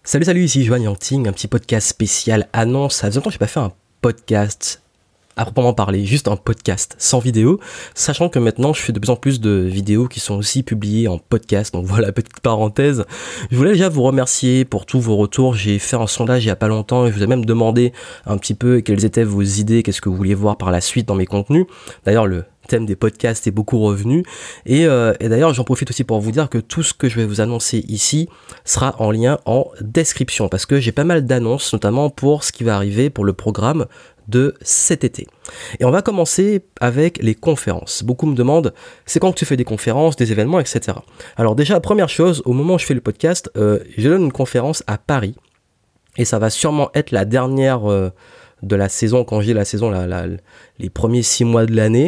Salut, ici Joanne Yangting, un petit podcast spécial annonce. Ça faisait longtemps que j'ai pas fait un podcast à proprement parler, juste un podcast sans vidéo, sachant que maintenant je fais de plus en plus de vidéos qui sont aussi publiées en podcast, donc voilà, petite parenthèse. Je voulais déjà vous remercier pour tous vos retours. J'ai fait un sondage il y a pas longtemps et je vous ai même demandé un petit peu quelles étaient vos idées, qu'est-ce que vous vouliez voir par la suite dans mes contenus. D'ailleurs, le thème des podcasts est beaucoup revenu et d'ailleurs j'en profite aussi pour vous dire que tout ce que je vais vous annoncer ici sera en lien en description parce que j'ai pas mal d'annonces, notamment pour ce qui va arriver pour le programme de cet été. Et on va commencer avec les conférences. Beaucoup me demandent, c'est quand que tu fais des conférences, des événements, etc. Alors déjà, première chose, au moment où je fais le podcast, je donne une conférence à Paris, et ça va sûrement être la dernière de la saison, quand j'ai la saison, les premiers 6 mois de l'année.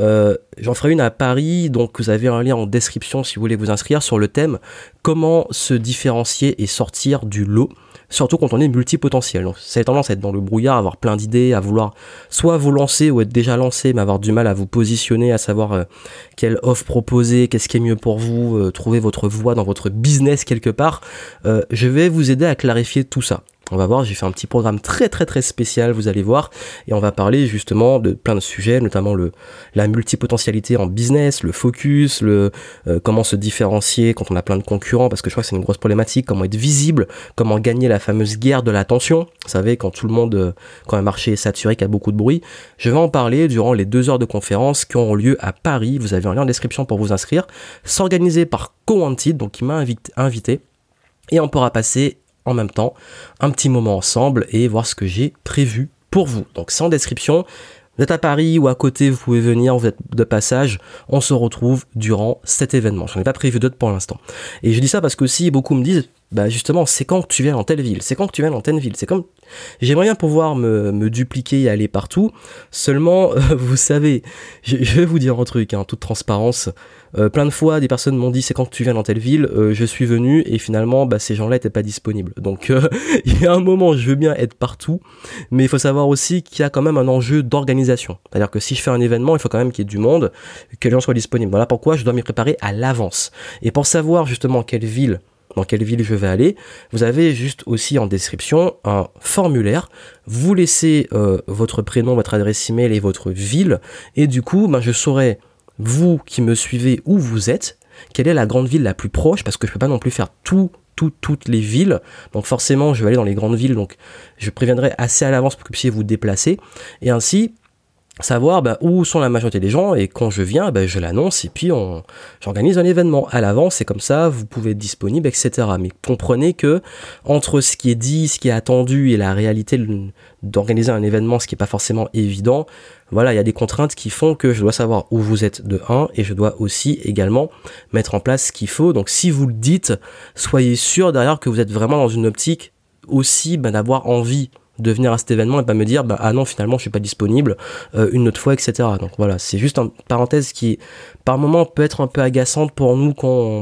J'en ferai une à Paris, donc vous avez un lien en description si vous voulez vous inscrire sur le thème « Comment se différencier et sortir du lot ?» Surtout quand on est multipotentiel. Donc, ça a tendance à être dans le brouillard, à avoir plein d'idées, à vouloir soit vous lancer ou être déjà lancé, mais avoir du mal à vous positionner, à savoir quelle offre proposer, qu'est-ce qui est mieux pour vous, trouver votre voie dans votre business quelque part. Je vais vous aider à clarifier tout ça. On va voir, j'ai fait un petit programme très spécial, vous allez voir, et on va parler justement de plein de sujets, notamment la multipotentialité en business, le focus, comment se différencier quand on a plein de concurrents, parce que je crois que c'est une grosse problématique, comment être visible, comment gagner la fameuse guerre de l'attention, vous savez, quand tout le monde, quand un marché est saturé, qu'il y a beaucoup de bruit. Je vais en parler durant les 2 heures de conférence qui auront lieu à Paris, vous avez un lien en description pour vous inscrire, s'organiser par Co-Wanted, donc qui m'a invité, et on pourra passer en même temps un petit moment ensemble et voir ce que j'ai prévu pour vous. Donc c'est en description, vous êtes à Paris ou à côté, vous pouvez venir, vous êtes de passage, on se retrouve durant cet événement. J'en ai pas prévu d'autres pour l'instant. Et je dis ça parce que aussi beaucoup me disent, bah justement, c'est quand que tu viens dans telle ville, c'est quand que tu viens dans telle ville, c'est comme... J'aimerais bien pouvoir me dupliquer et aller partout, seulement, vous savez, je vais vous dire un truc, en toute transparence, plein de fois, des personnes m'ont dit c'est quand que tu viens dans telle ville, je suis venu et finalement, ces gens-là étaient pas disponibles. Donc, il y a un moment, je veux bien être partout, mais il faut savoir aussi qu'il y a quand même un enjeu d'organisation. C'est-à-dire que si je fais un événement, il faut quand même qu'il y ait du monde, que les gens soient disponibles. Voilà pourquoi je dois m'y préparer à l'avance. Et pour savoir justement dans quelle ville je vais aller, vous avez juste aussi en description un formulaire. Vous laissez votre prénom, votre adresse email et votre ville, et du coup, je saurai, vous qui me suivez, où vous êtes, quelle est la grande ville la plus proche, parce que je peux pas non plus faire toutes les villes, donc forcément je vais aller dans les grandes villes, donc je préviendrai assez à l'avance pour que vous puissiez vous déplacer, et ainsi savoir où sont la majorité des gens, et quand je viens, je l'annonce et puis j'organise un événement à l'avance, et comme ça vous pouvez être disponible, etc. Mais comprenez que entre ce qui est dit, ce qui est attendu et la réalité d'organiser un événement, ce qui est pas forcément évident, voilà, il y a des contraintes qui font que je dois savoir où vous êtes de 1, et je dois aussi également mettre en place ce qu'il faut. Donc si vous le dites, soyez sûr derrière que vous êtes vraiment dans une optique aussi d'avoir envie de venir à cet événement et pas me dire ah non, finalement je suis pas disponible une autre fois, etc. Donc voilà, c'est juste une parenthèse qui par moment peut être un peu agaçante pour nous quand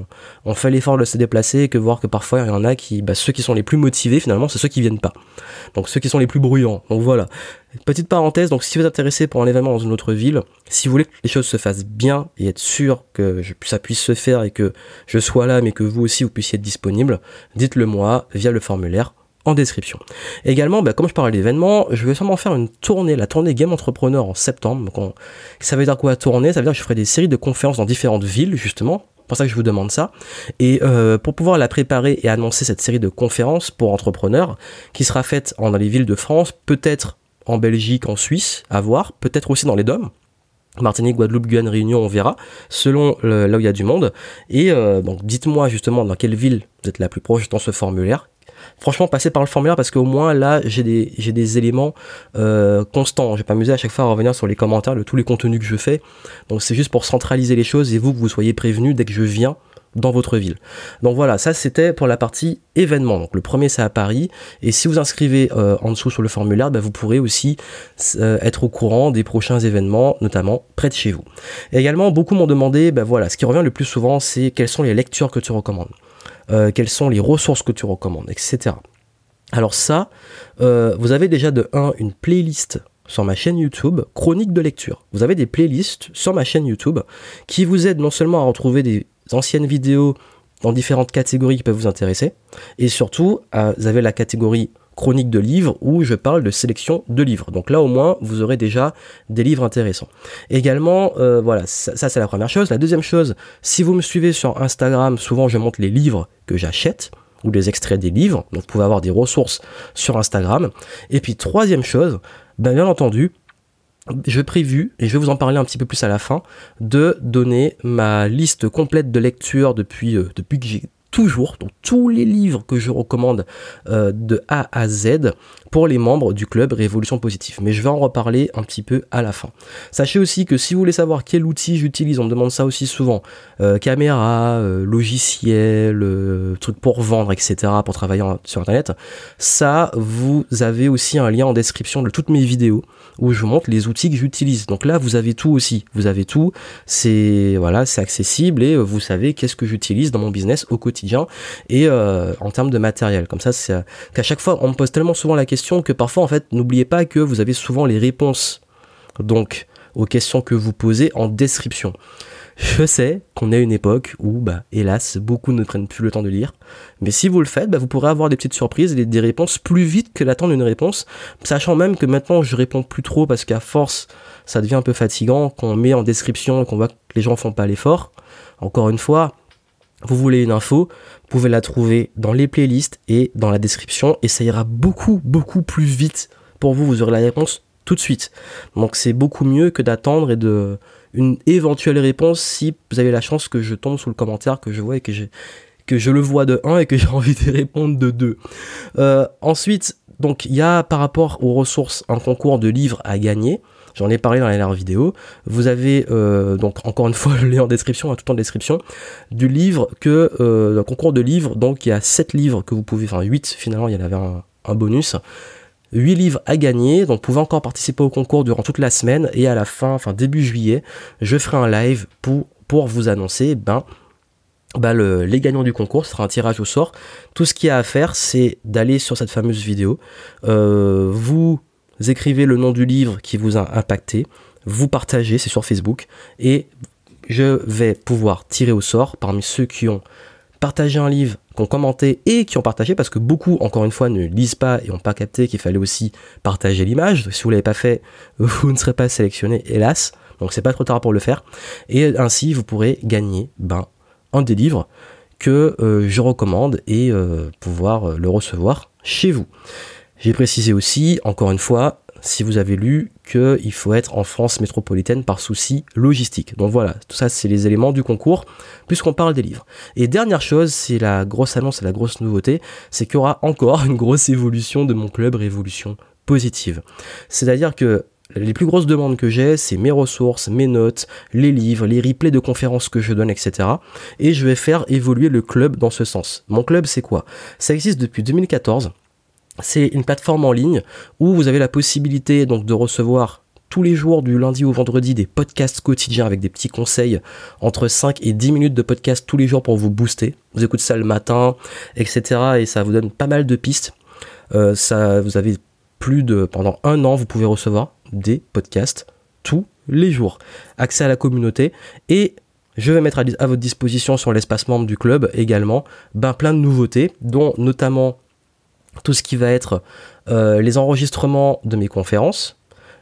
on fait l'effort de se déplacer, et que voir que parfois il y en a qui, ceux qui sont les plus motivés finalement, c'est ceux qui viennent pas, donc ceux qui sont les plus bruyants. Donc voilà, petite parenthèse. Donc si vous êtes intéressé pour un événement dans une autre ville, si vous voulez que les choses se fassent bien et être sûr que ça puisse se faire et que je sois là mais que vous aussi vous puissiez être disponible, dites-le moi via le formulaire en description. Également, comme je parle d'événements, je vais sûrement faire la tournée Game Entrepreneur en septembre. Donc ça veut dire quoi, tourner? Ça veut dire que je ferai des séries de conférences dans différentes villes, justement. C'est pour ça que je vous demande ça. Et pour pouvoir la préparer et annoncer cette série de conférences pour entrepreneurs, qui sera faite dans les villes de France, peut-être en Belgique, en Suisse, à voir, peut-être aussi dans les DOM. Martinique, Guadeloupe, Guyane, Réunion, on verra, selon là où il y a du monde. Et donc dites-moi justement dans quelle ville vous êtes la plus proche dans ce formulaire. Franchement, passez par le formulaire parce qu'au moins là j'ai des éléments constants. Je vais pas m'amuser à chaque fois à revenir sur les commentaires de tous les contenus que je fais. Donc c'est juste pour centraliser les choses et que vous soyez prévenus dès que je viens dans votre ville. Donc voilà, ça c'était pour la partie événement. Donc le premier c'est à Paris, et si vous inscrivez en dessous sur le formulaire, vous pourrez aussi être au courant des prochains événements, notamment près de chez vous. Et également, beaucoup m'ont demandé, ce qui revient le plus souvent, c'est quelles sont les lectures que tu recommandes, quelles sont les ressources que tu recommandes, etc. Alors ça, vous avez déjà de 1 une playlist sur ma chaîne YouTube, chronique de lecture. Vous avez des playlists sur ma chaîne YouTube qui vous aident non seulement à retrouver des anciennes vidéos dans différentes catégories qui peuvent vous intéresser. Et surtout, vous avez la catégorie chronique de livres où je parle de sélection de livres. Donc là, au moins, vous aurez déjà des livres intéressants. Également, voilà, ça c'est la première chose. La deuxième chose, si vous me suivez sur Instagram, souvent je montre les livres que j'achète ou des extraits des livres. Donc vous pouvez avoir des ressources sur Instagram. Et puis troisième chose, bien entendu, je prévu, et je vais vous en parler un petit peu plus à la fin, de donner ma liste complète de lecture depuis que j'ai toujours, donc tous les livres que je recommande de A à Z pour les membres du club Révolution Positive. Mais je vais en reparler un petit peu à la fin. Sachez aussi que si vous voulez savoir quel outil j'utilise, on me demande ça aussi souvent, caméra, logiciel, truc pour vendre, etc., pour travailler sur Internet, ça, vous avez aussi un lien en description de toutes mes vidéos où je vous montre les outils que j'utilise. Donc là, vous avez tout aussi. Vous avez tout. C'est accessible et vous savez qu'est-ce que j'utilise dans mon business au quotidien et en termes de matériel. Comme ça, c'est qu'à chaque fois, on me pose tellement souvent la question que parfois, en fait, n'oubliez pas que vous avez souvent les réponses donc aux questions que vous posez en description. Je sais qu'on est à une époque où, hélas, beaucoup ne prennent plus le temps de lire. Mais si vous le faites, vous pourrez avoir des petites surprises et des réponses plus vite que d'attendre une réponse. Sachant même que maintenant, je réponds plus trop parce qu'à force, ça devient un peu fatigant qu'on met en description et qu'on voit que les gens font pas l'effort. Encore une fois, vous voulez une info, vous pouvez la trouver dans les playlists et dans la description et ça ira beaucoup, beaucoup plus vite pour vous. Vous aurez la réponse tout de suite. Donc c'est beaucoup mieux que d'attendre et une éventuelle réponse si vous avez la chance que je tombe sous le commentaire que je vois et que je le vois de 1 et que j'ai envie de répondre de 2. Ensuite, donc il y a par rapport aux ressources un concours de livres à gagner. J'en ai parlé dans la dernière vidéo. Vous avez donc encore une fois le lien en description, tout en description, du livre un concours de livres. Donc il y a 7 livres que vous pouvez, 8 finalement, il y en avait un bonus. 8 livres à gagner, donc vous pouvez encore participer au concours durant toute la semaine et à la fin, début juillet, je ferai un live pour vous annoncer les gagnants du concours. Ce sera un tirage au sort. Tout ce qu'il y a à faire, c'est d'aller sur cette fameuse vidéo, vous écrivez le nom du livre qui vous a impacté, vous partagez, c'est sur Facebook, et je vais pouvoir tirer au sort parmi ceux qui ont partagé un livre, qui ont commenté et qui ont partagé, parce que beaucoup, encore une fois, ne lisent pas et n'ont pas capté qu'il fallait aussi partager l'image. Si vous ne l'avez pas fait, vous ne serez pas sélectionné, hélas. Donc c'est pas trop tard pour le faire. Et ainsi, vous pourrez gagner un des livres que je recommande et pouvoir le recevoir chez vous. J'ai précisé aussi, encore une fois, si vous avez lu, qu'il faut être en France métropolitaine par souci logistique. Donc voilà, tout ça c'est les éléments du concours, puisqu'on parle des livres. Et dernière chose, c'est la grosse annonce et la grosse nouveauté, c'est qu'il y aura encore une grosse évolution de mon club Révolution Positive. C'est-à-dire que les plus grosses demandes que j'ai, c'est mes ressources, mes notes, les livres, les replays de conférences que je donne, etc. Et je vais faire évoluer le club dans ce sens. Mon club, c'est quoi ? Ça existe depuis 2014. C'est une plateforme en ligne où vous avez la possibilité donc de recevoir tous les jours du lundi au vendredi des podcasts quotidiens avec des petits conseils entre 5 et 10 minutes de podcast tous les jours pour vous booster. Vous écoutez ça le matin, etc. et ça vous donne pas mal de pistes. Vous avez pendant 1 an, vous pouvez recevoir des podcasts tous les jours. Accès à la communauté et je vais mettre à votre disposition sur l'espace membre du club également plein de nouveautés, dont notamment tout ce qui va être les enregistrements de mes conférences,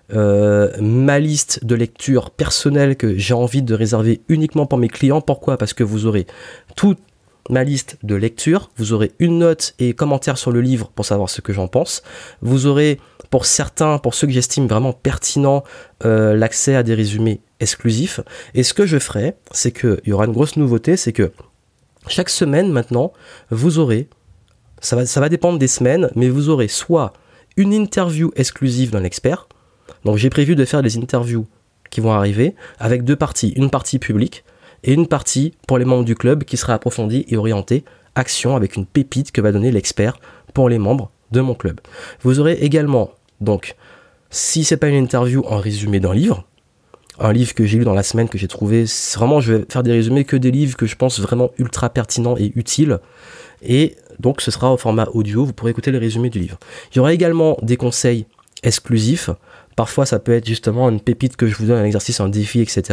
ma liste de lecture personnelle que j'ai envie de réserver uniquement pour mes clients. Pourquoi ? Parce que vous aurez toute ma liste de lecture, vous aurez une note et commentaire sur le livre pour savoir ce que j'en pense. Vous aurez pour ceux que j'estime vraiment pertinents, l'accès à des résumés exclusifs. Et ce que je ferai, c'est qu'il y aura une grosse nouveauté, c'est que chaque semaine maintenant, vous aurez, ça va dépendre des semaines, mais vous aurez soit une interview exclusive d'un expert. Donc j'ai prévu de faire des interviews qui vont arriver avec 2 parties, une partie publique et une partie pour les membres du club qui sera approfondie et orientée action avec une pépite que va donner l'expert pour les membres de mon club. Vous aurez également, donc, si c'est pas une interview, un résumé d'un livre, un livre que j'ai lu dans la semaine que j'ai trouvé, vraiment je vais faire des résumés que des livres que je pense vraiment ultra pertinents et utiles. Et donc ce sera au format audio, vous pourrez écouter les résumés du livre. Il y aura également des conseils exclusifs. Parfois, ça peut être justement une pépite que je vous donne, un exercice, un défi, etc.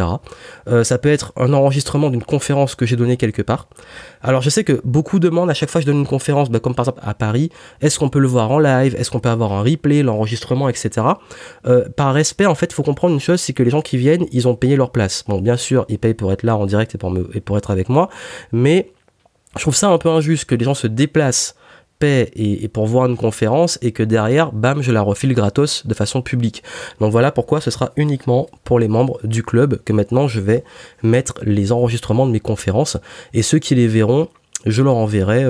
Ça peut être un enregistrement d'une conférence que j'ai donnée quelque part. Alors, je sais que beaucoup demandent à chaque fois que je donne une conférence, comme par exemple à Paris, est-ce qu'on peut le voir en live, est-ce qu'on peut avoir un replay, l'enregistrement, etc. Par respect, en fait, il faut comprendre une chose, c'est que les gens qui viennent, ils ont payé leur place. Bon, bien sûr, ils payent pour être là en direct et pour être avec moi, mais je trouve ça un peu injuste que les gens se déplacent, paient et pour voir une conférence et que derrière, bam, je la refile gratos de façon publique. Donc voilà pourquoi ce sera uniquement pour les membres du club que maintenant je vais mettre les enregistrements de mes conférences et ceux qui les verront, je leur enverrai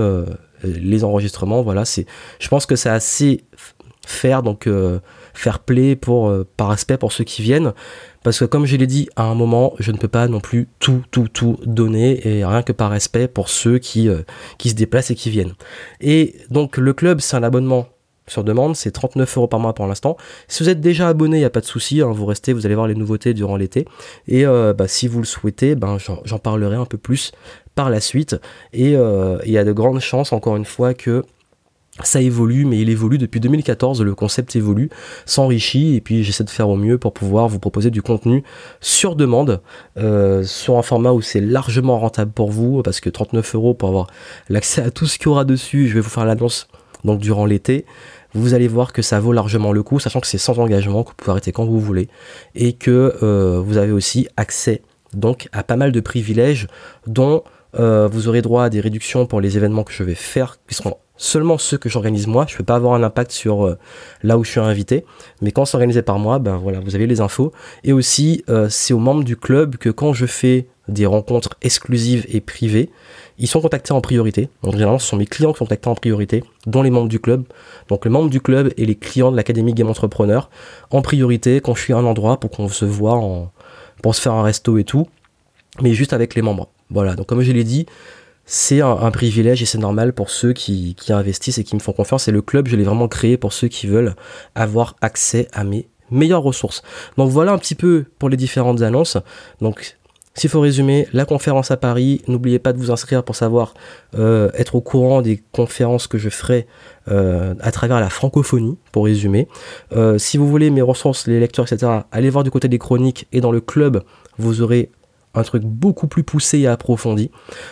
les enregistrements. Voilà, je pense que c'est assez fair, donc fair play par respect pour ceux qui viennent. Parce que comme je l'ai dit, à un moment, je ne peux pas non plus tout donner, et rien que par respect pour ceux qui se déplacent et qui viennent. Et donc le club, c'est un abonnement sur demande, c'est 39 € par mois pour l'instant. Si vous êtes déjà abonné, il n'y a pas de souci, hein, vous allez voir les nouveautés durant l'été. Et si vous le souhaitez, j'en parlerai un peu plus par la suite. Et il y a de grandes chances, encore une fois, que ça évolue, mais il évolue depuis 2014, le concept évolue, s'enrichit, et puis j'essaie de faire au mieux pour pouvoir vous proposer du contenu sur demande, sur un format où c'est largement rentable pour vous, parce que 39 € pour avoir l'accès à tout ce qu'il y aura dessus, je vais vous faire l'annonce donc durant l'été, vous allez voir que ça vaut largement le coup, sachant que c'est sans engagement, que vous pouvez arrêter quand vous voulez, et que vous avez aussi accès donc à pas mal de privilèges, dont vous aurez droit à des réductions pour les événements que je vais faire, qui seront seulement ceux que j'organise moi. Je ne peux pas avoir un impact sur là où je suis invité, mais quand c'est organisé par moi, voilà, vous avez les infos. Et aussi, c'est aux membres du club que quand je fais des rencontres exclusives et privées, ils sont contactés en priorité. Donc généralement, ce sont mes clients qui sont contactés en priorité, dont les membres du club. Donc les membres du club et les clients de l'Académie Game Entrepreneur en priorité quand je suis à un endroit pour qu'on se voit, pour se faire un resto et tout, mais juste avec les membres. Voilà, donc comme je l'ai dit, c'est un privilège et c'est normal pour ceux qui investissent et qui me font confiance. Et le club, je l'ai vraiment créé pour ceux qui veulent avoir accès à mes meilleures ressources. Donc voilà un petit peu pour les différentes annonces. Donc s'il faut résumer, la conférence à Paris, n'oubliez pas de vous inscrire pour savoir être au courant des conférences que je ferai à travers la francophonie, pour résumer. Si vous voulez mes ressources, les lectures, etc., allez voir du côté des chroniques, et dans le club, vous aurez un truc beaucoup plus poussé et approfondi.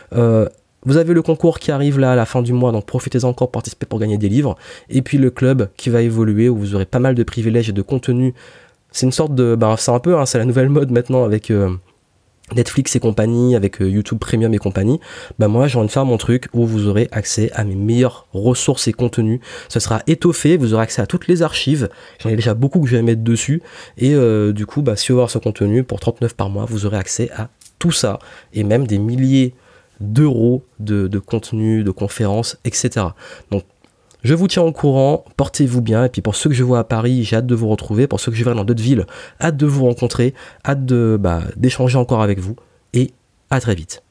Vous avez le concours qui arrive là à la fin du mois, donc profitez-en encore, participez pour gagner des livres. Et puis le club qui va évoluer, où vous aurez pas mal de privilèges et de contenu. C'est une sorte de... c'est un peu, c'est la nouvelle mode maintenant avec Netflix et compagnie, avec YouTube Premium et compagnie. Moi j'ai envie de faire mon truc où vous aurez accès à mes meilleures ressources et contenus. Ce sera étoffé, vous aurez accès à toutes les archives. J'en ai déjà beaucoup que je vais mettre dessus. Et du coup, si vous voulez avoir ce contenu, pour 39 par mois, vous aurez accès à tout ça. Et même des milliers d'euros de contenu, de conférences, etc. Donc je vous tiens au courant, portez-vous bien, et puis pour ceux que je vois à Paris, j'ai hâte de vous retrouver, pour ceux que je verrai dans d'autres villes, hâte de vous rencontrer, hâte d'échanger encore avec vous, et à très vite.